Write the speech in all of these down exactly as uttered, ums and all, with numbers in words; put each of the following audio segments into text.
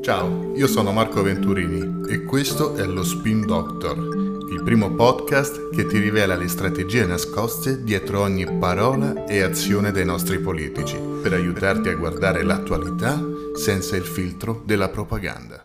Ciao, io sono Marco Venturini e questo è lo Spin Doctor, il primo podcast che ti rivela le strategie nascoste dietro ogni parola e azione dei nostri politici, per aiutarti a guardare l'attualità senza il filtro della propaganda.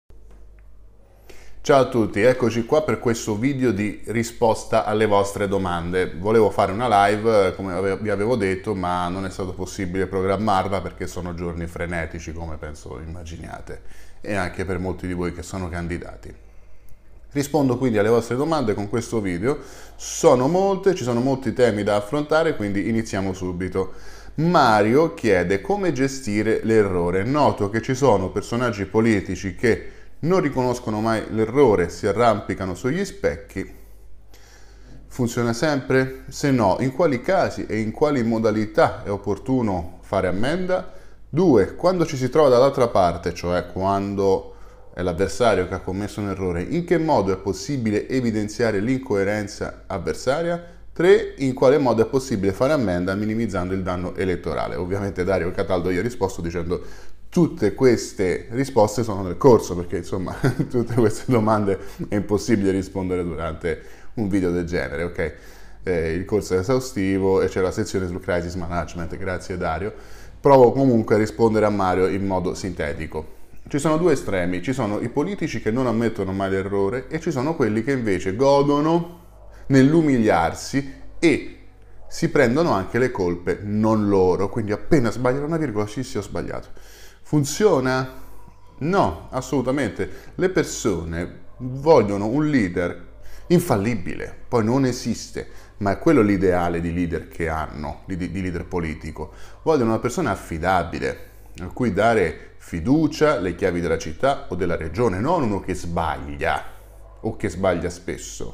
Ciao a tutti, eccoci qua per questo video di risposta alle vostre domande. Volevo fare una live, come vi avevo detto, ma non è stato possibile programmarla perché sono giorni frenetici, come penso immaginiate, e anche per molti di voi che sono candidati. Rispondo quindi alle vostre domande con questo video. Sono molte, ci sono molti temi da affrontare, quindi iniziamo subito. Mario chiede come gestire l'errore. Noto che ci sono personaggi politici che non riconoscono mai l'errore, si arrampicano sugli specchi. Funziona sempre? Se no, in quali casi e in quali modalità è opportuno fare ammenda? Due, quando ci si trova dall'altra parte, cioè quando è l'avversario che ha commesso un errore, in che modo è possibile evidenziare l'incoerenza avversaria? Tre, in quale modo è possibile fare ammenda minimizzando il danno elettorale? Ovviamente Dario Cataldo gli ha risposto dicendo tutte queste risposte sono nel corso, perché insomma tutte queste domande è impossibile rispondere durante un video del genere, ok? Eh, il corso è esaustivo e c'è la sezione sul crisis management, grazie Dario. Provo comunque a rispondere a Mario in modo sintetico. Ci sono due estremi, ci sono i politici che non ammettono mai l'errore e ci sono quelli che invece godono nell'umiliarsi e si prendono anche le colpe non loro, quindi appena sbagliano una virgola, sì sì ho sbagliato. Funziona? No, assolutamente. Le persone vogliono un leader infallibile, poi non esiste, ma è quello l'ideale di leader che hanno, di, di leader politico. Vogliono una persona affidabile, a cui dare fiducia, le chiavi della città o della regione, non uno che sbaglia o che sbaglia spesso.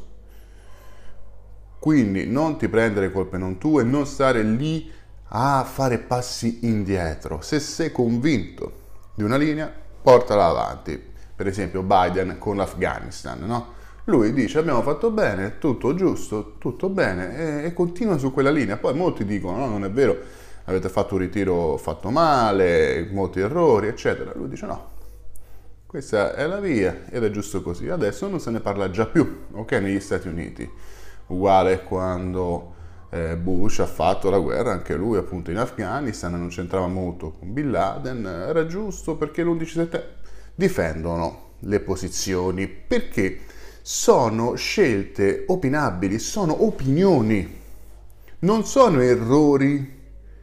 Quindi non ti prendere colpe non tue, non stare lì a fare passi indietro. Se sei convinto di una linea, portala avanti. Per esempio Biden con l'Afghanistan, no? Lui dice abbiamo fatto bene, tutto giusto, tutto bene e, e continua su quella linea. Poi molti dicono no, non è vero, avete fatto un ritiro fatto male, molti errori, eccetera. Lui dice no, questa è la via ed è giusto così. Adesso non se ne parla già più, ok, negli Stati Uniti. Uguale quando Bush ha fatto la guerra, anche lui appunto in Afghanistan, non c'entrava molto con Bin Laden, era giusto perché l'undici settembre difendono le posizioni, perché sono scelte opinabili, sono opinioni, non sono errori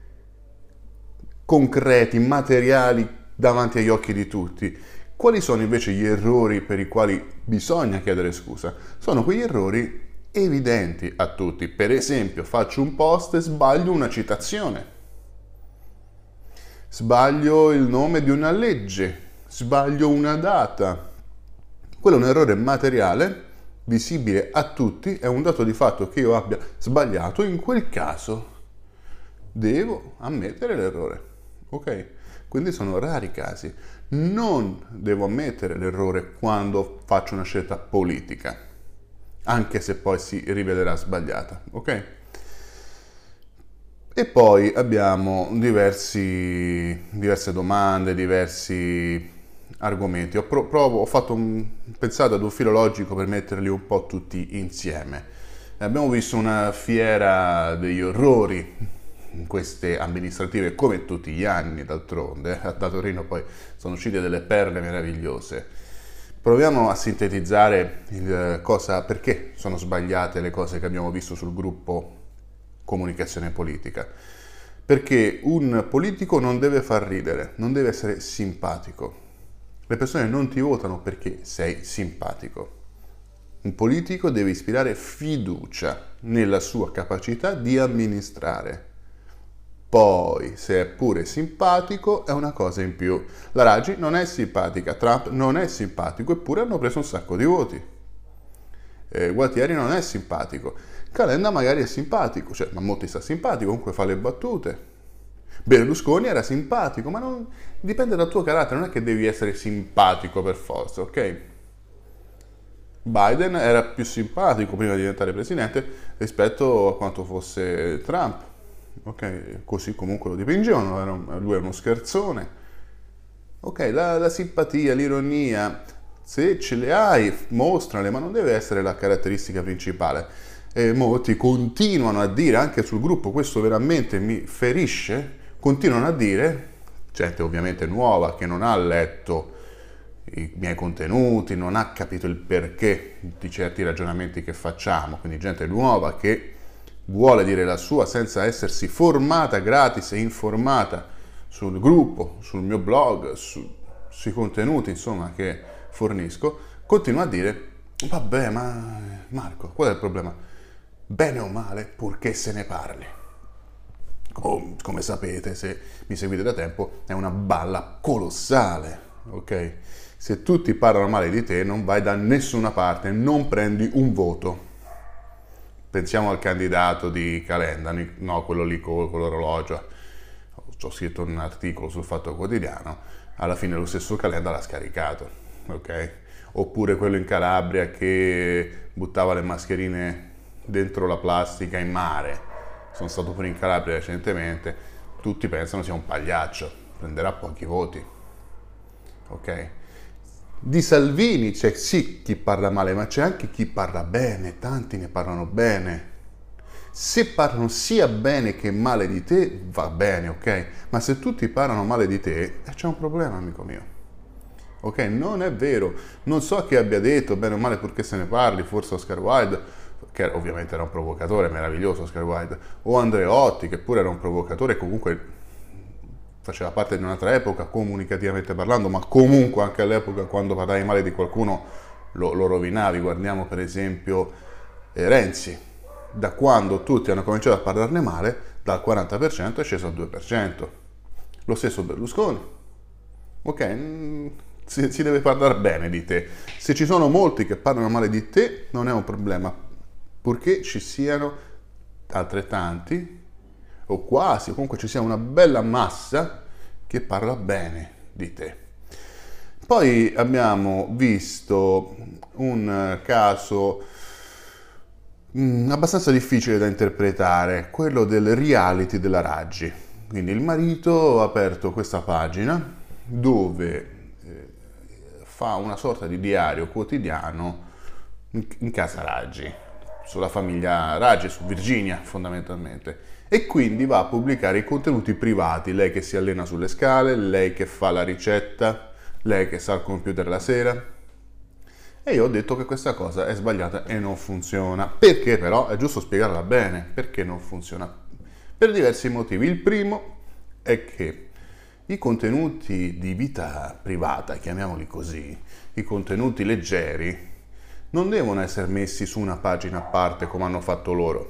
concreti, materiali davanti agli occhi di tutti. Quali sono invece gli errori per i quali bisogna chiedere scusa? Sono quegli errori evidenti a tutti. Per esempio, faccio un post e sbaglio una citazione, sbaglio il nome di una legge, sbaglio una data. Quello è un errore materiale, visibile a tutti, è un dato di fatto che io abbia sbagliato, in quel caso devo ammettere l'errore, ok? Quindi sono rari casi. Non devo ammettere l'errore quando faccio una scelta politica, anche se poi si rivelerà sbagliata, ok? E poi abbiamo diversi, diverse domande, diversi argomenti. Ho, pro, provo, ho fatto un, pensato ad un filo logico per metterli un po' tutti insieme. Abbiamo visto una fiera degli orrori in queste amministrative, come tutti gli anni d'altronde. Da Torino poi sono uscite delle perle meravigliose. Proviamo a sintetizzare il cosa, perché sono sbagliate le cose che abbiamo visto sul gruppo Comunicazione Politica. Perché un politico non deve far ridere, non deve essere simpatico. Le persone non ti votano perché sei simpatico. Un politico deve ispirare fiducia nella sua capacità di amministrare. Poi, se è pure simpatico, è una cosa in più. La Raggi non è simpatica, Trump non è simpatico, eppure hanno preso un sacco di voti. Eh, Gualtieri non è simpatico. Calenda magari è simpatico, cioè, ma molti sta simpatico, comunque fa le battute. Berlusconi era simpatico, ma non dipende dal tuo carattere, non è che devi essere simpatico per forza, ok? Biden era più simpatico prima di diventare presidente rispetto a quanto fosse Trump. Ok, così comunque lo dipingevano, era un, lui era uno scherzone. Ok, la, la simpatia, l'ironia, se ce le hai, mostrale, ma non deve essere la caratteristica principale. E molti continuano a dire, anche sul gruppo, questo veramente mi ferisce, continuano a dire, gente ovviamente nuova che non ha letto i miei contenuti, non ha capito il perché di certi ragionamenti che facciamo, quindi gente nuova che vuole dire la sua senza essersi formata gratis e informata sul gruppo, sul mio blog, su, sui contenuti insomma che fornisco, continua a dire vabbè ma Marco, qual è il problema? Bene o male purché se ne parli. Com- come sapete, se mi seguite da tempo, è una balla colossale, ok? Se tutti parlano male di te non vai da nessuna parte, non prendi un voto. Pensiamo al candidato di Calenda, no, quello lì con, con l'orologio. Ho scritto un articolo sul Fatto Quotidiano, alla fine lo stesso Calenda l'ha scaricato, ok? Oppure quello in Calabria che buttava le mascherine dentro la plastica in mare. Sono stato pure in Calabria recentemente, tutti pensano sia un pagliaccio, prenderà pochi voti, ok? Di Salvini c'è sì chi parla male, ma c'è anche chi parla bene, tanti ne parlano bene. Se parlano sia bene che male di te, va bene, ok? Ma se tutti parlano male di te, c'è un problema, amico mio. Ok? Non è vero. Non so chi abbia detto, bene o male purché se ne parli, forse Oscar Wilde, che ovviamente era un provocatore, meraviglioso Oscar Wilde, o Andreotti, che pure era un provocatore, comunque faceva parte di un'altra epoca, comunicativamente parlando, ma comunque anche all'epoca quando parlavi male di qualcuno lo, lo rovinavi. Guardiamo per esempio eh, Renzi. Da quando tutti hanno cominciato a parlarne male, dal quaranta per cento è sceso al due per cento. Lo stesso Berlusconi. Ok, si, si deve parlare bene di te. Se ci sono molti che parlano male di te, non è un problema, purché ci siano altrettanti, o quasi, o comunque ci sia una bella massa che parla bene di te. Poi abbiamo visto un caso Mm, abbastanza difficile da interpretare, quello del reality della Raggi. Quindi il marito ha aperto questa pagina dove eh, fa una sorta di diario quotidiano in, in casa Raggi, sulla famiglia Raggi, su Virginia fondamentalmente, e quindi va a pubblicare i contenuti privati, lei che si allena sulle scale, lei che fa la ricetta, lei che sta al computer la sera. E io ho detto che questa cosa è sbagliata e non funziona. Perché però? È giusto spiegarla bene. Perché non funziona? Per diversi motivi. Il primo è che i contenuti di vita privata, chiamiamoli così, i contenuti leggeri, non devono essere messi su una pagina a parte come hanno fatto loro.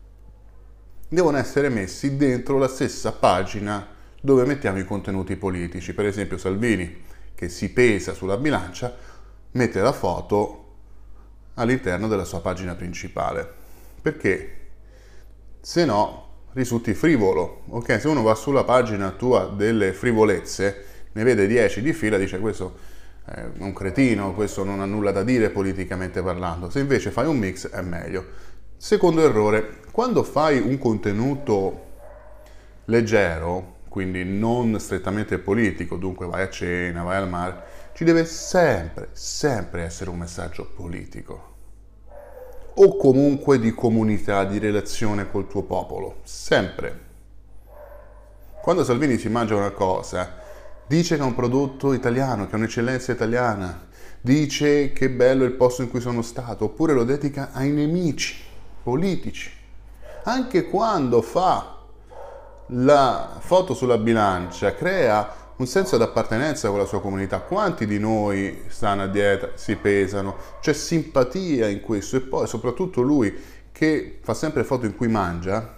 Devono essere messi dentro la stessa pagina dove mettiamo i contenuti politici. Per esempio Salvini, che si pesa sulla bilancia, mette la foto all'interno della sua pagina principale, perché se no risulti frivolo, ok? Se uno va sulla pagina tua delle frivolezze, ne vede dieci di fila, dice questo è un cretino, questo non ha nulla da dire politicamente parlando. Se invece fai un mix è meglio. Secondo errore, quando fai un contenuto leggero, quindi non strettamente politico, dunque vai a cena, vai al mare, ci deve sempre, sempre essere un messaggio politico o comunque di comunità, di relazione col tuo popolo, sempre. Quando Salvini si mangia una cosa, dice che è un prodotto italiano, che è un'eccellenza italiana, dice che bello il posto in cui sono stato, oppure lo dedica ai nemici politici. Anche quando fa la foto sulla bilancia, crea un senso di appartenenza con la sua comunità. Quanti di noi stanno a dieta, si pesano, c'è simpatia in questo. E poi soprattutto lui che fa sempre foto in cui mangia,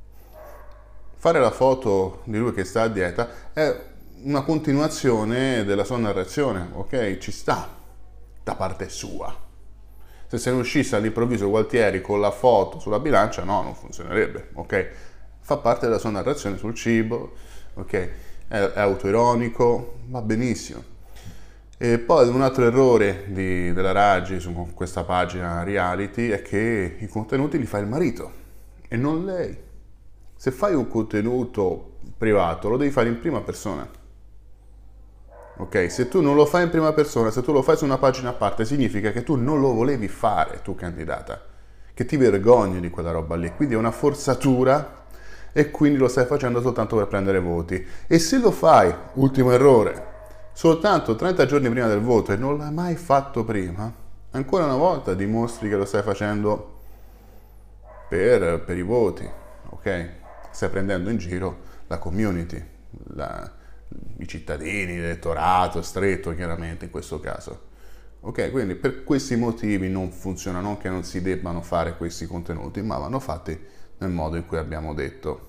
fare la foto di lui che sta a dieta è una continuazione della sua narrazione, ok? Ci sta da parte sua. Se se ne uscisse all'improvviso Gualtieri con la foto sulla bilancia, no, non funzionerebbe, ok? Fa parte della sua narrazione sul cibo, ok? È, è autoironico, va benissimo. E poi un altro errore di, della Raggi su questa pagina reality è che i contenuti li fa il marito e non lei. Se fai un contenuto privato lo devi fare in prima persona. Ok, se tu non lo fai in prima persona, se tu lo fai su una pagina a parte, significa che tu non lo volevi fare, tu candidata, che ti vergogni di quella roba lì, quindi è una forzatura e quindi lo stai facendo soltanto per prendere voti. E se lo fai, ultimo errore, soltanto trenta giorni prima del voto e non l'hai mai fatto prima, ancora una volta dimostri che lo stai facendo per, per i voti, ok? Stai prendendo in giro la community, la i cittadini, l'elettorato stretto chiaramente in questo caso. Ok, quindi per questi motivi non funziona, non che non si debbano fare questi contenuti, ma vanno fatti nel modo in cui abbiamo detto.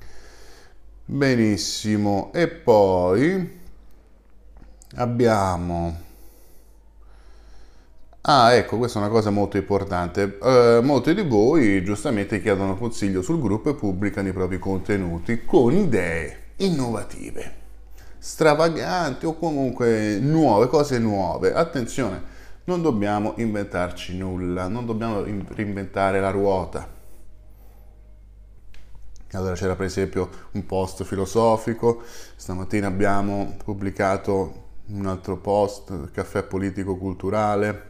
Benissimo, e poi abbiamo... Ah, ecco, questa è una cosa molto importante. Eh, molti di voi giustamente chiedono consiglio sul gruppo e pubblicano i propri contenuti con idee innovative, stravaganti o comunque nuove, cose nuove. Attenzione, non dobbiamo inventarci nulla, non dobbiamo reinventare la ruota. Allora c'era per esempio un post filosofico, stamattina abbiamo pubblicato un altro post, caffè politico culturale.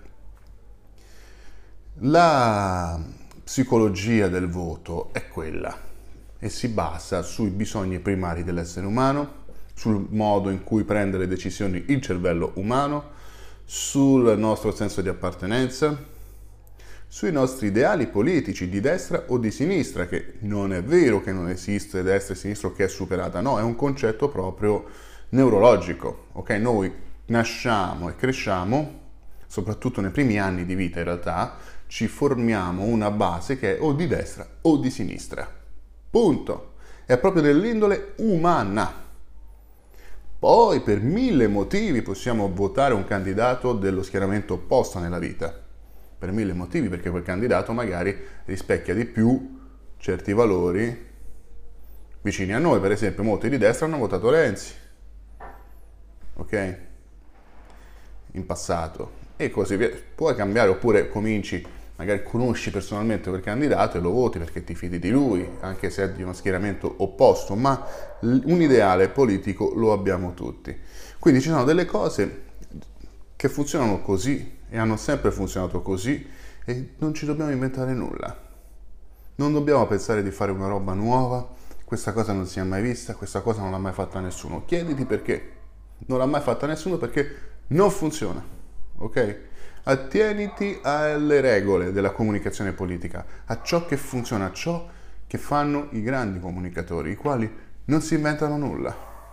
La psicologia del voto è quella e si basa sui bisogni primari dell'essere umano, sul modo in cui prende le decisioni il cervello umano, sul nostro senso di appartenenza, sui nostri ideali politici di destra o di sinistra, che non è vero che non esiste destra e sinistra che è superata, no, è un concetto proprio neurologico, ok? Noi nasciamo e cresciamo, soprattutto nei primi anni di vita in realtà, ci formiamo una base che è o di destra o di sinistra, punto, è proprio dell'indole umana. Poi per mille motivi possiamo votare un candidato dello schieramento opposto nella vita, per mille motivi, perché quel candidato magari rispecchia di più certi valori vicini a noi. Per esempio molti di destra hanno votato Renzi, ok? In passato, e così via. Puoi cambiare, oppure cominci, magari conosci personalmente quel candidato e lo voti perché ti fidi di lui, anche se è di uno schieramento opposto, ma un ideale politico lo abbiamo tutti. Quindi ci sono delle cose che funzionano così e hanno sempre funzionato così e non ci dobbiamo inventare nulla. Non dobbiamo pensare di fare una roba nuova, questa cosa non si è mai vista, questa cosa non l'ha mai fatta nessuno. Chiediti perché. Non l'ha mai fatta nessuno perché non funziona, ok? Attieniti alle regole della comunicazione politica, a ciò che funziona, a ciò che fanno i grandi comunicatori, i quali non si inventano nulla.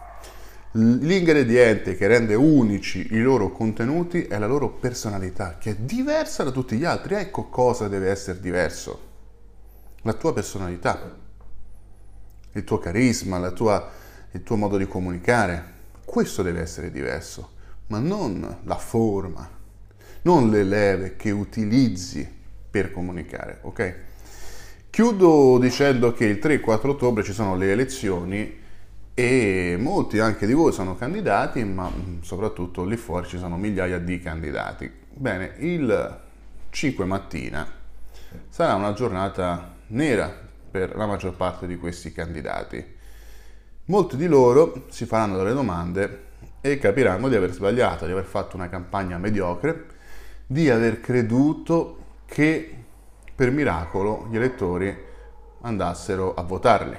L'ingrediente che rende unici i loro contenuti è la loro personalità, che è diversa da tutti gli altri. Ecco cosa deve essere diverso. La tua personalità, il tuo carisma, la tua, il tuo modo di comunicare. Questo deve essere diverso, ma non la forma, non le leve che utilizzi per comunicare, ok? Chiudo dicendo che il tre e quattro ottobre ci sono le elezioni e molti anche di voi sono candidati, ma soprattutto lì fuori ci sono migliaia di candidati. Bene, il cinque mattina sarà una giornata nera per la maggior parte di questi candidati. Molti di loro si faranno delle domande e capiranno di aver sbagliato, di aver fatto una campagna mediocre, di aver creduto che per miracolo gli elettori andassero a votarli.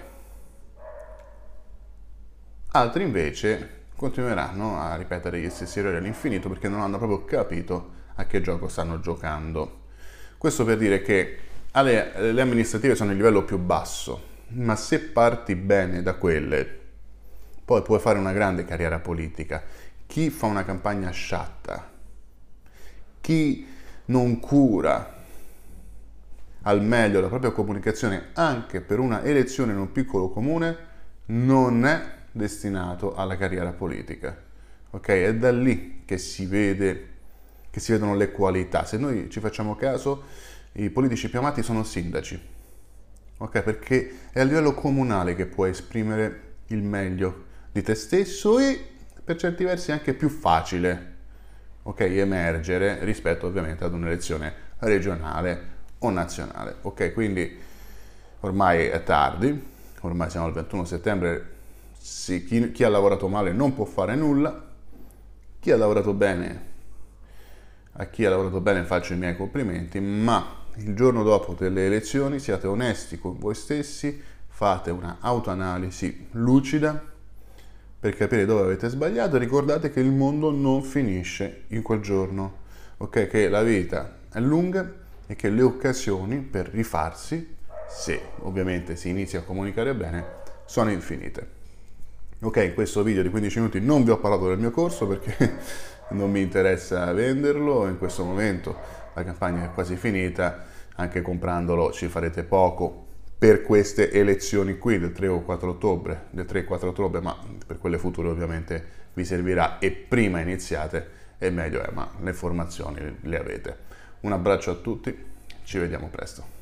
Altri invece continueranno a ripetere gli stessi errori all'infinito perché non hanno proprio capito a che gioco stanno giocando. Questo per dire che alle, le amministrative sono il livello più basso, ma se parti bene da quelle, poi puoi fare una grande carriera politica. Chi fa una campagna sciatta, chi non cura al meglio la propria comunicazione anche per una elezione in un piccolo comune, non è destinato alla carriera politica. Ok? È da lì che si vede, che si vedono le qualità. Se noi ci facciamo caso, i politici più amati sono sindaci. Ok? Perché è a livello comunale che puoi esprimere il meglio di te stesso e per certi versi è anche più facile, ok, emergere rispetto ovviamente ad un'elezione regionale o nazionale. Ok, quindi ormai è tardi, ormai siamo al ventuno settembre, sì, chi, chi ha lavorato male non può fare nulla, Chi ha lavorato bene, a chi ha lavorato bene faccio i miei complimenti, ma il giorno dopo delle elezioni siate onesti con voi stessi, fate una autoanalisi lucida per capire dove avete sbagliato e ricordate che il mondo non finisce in quel giorno, ok? Che la vita è lunga e che le occasioni per rifarsi, se ovviamente si inizia a comunicare bene, sono infinite. Ok, in questo video di quindici minuti non vi ho parlato del mio corso perché non mi interessa venderlo, in questo momento la campagna è quasi finita, anche comprandolo ci farete poco per queste elezioni qui del tre o quattro ottobre, del tre e quattro ottobre, ma per quelle future ovviamente vi servirà e prima iniziate e meglio è, ma le informazioni le avete. Un abbraccio a tutti, ci vediamo presto.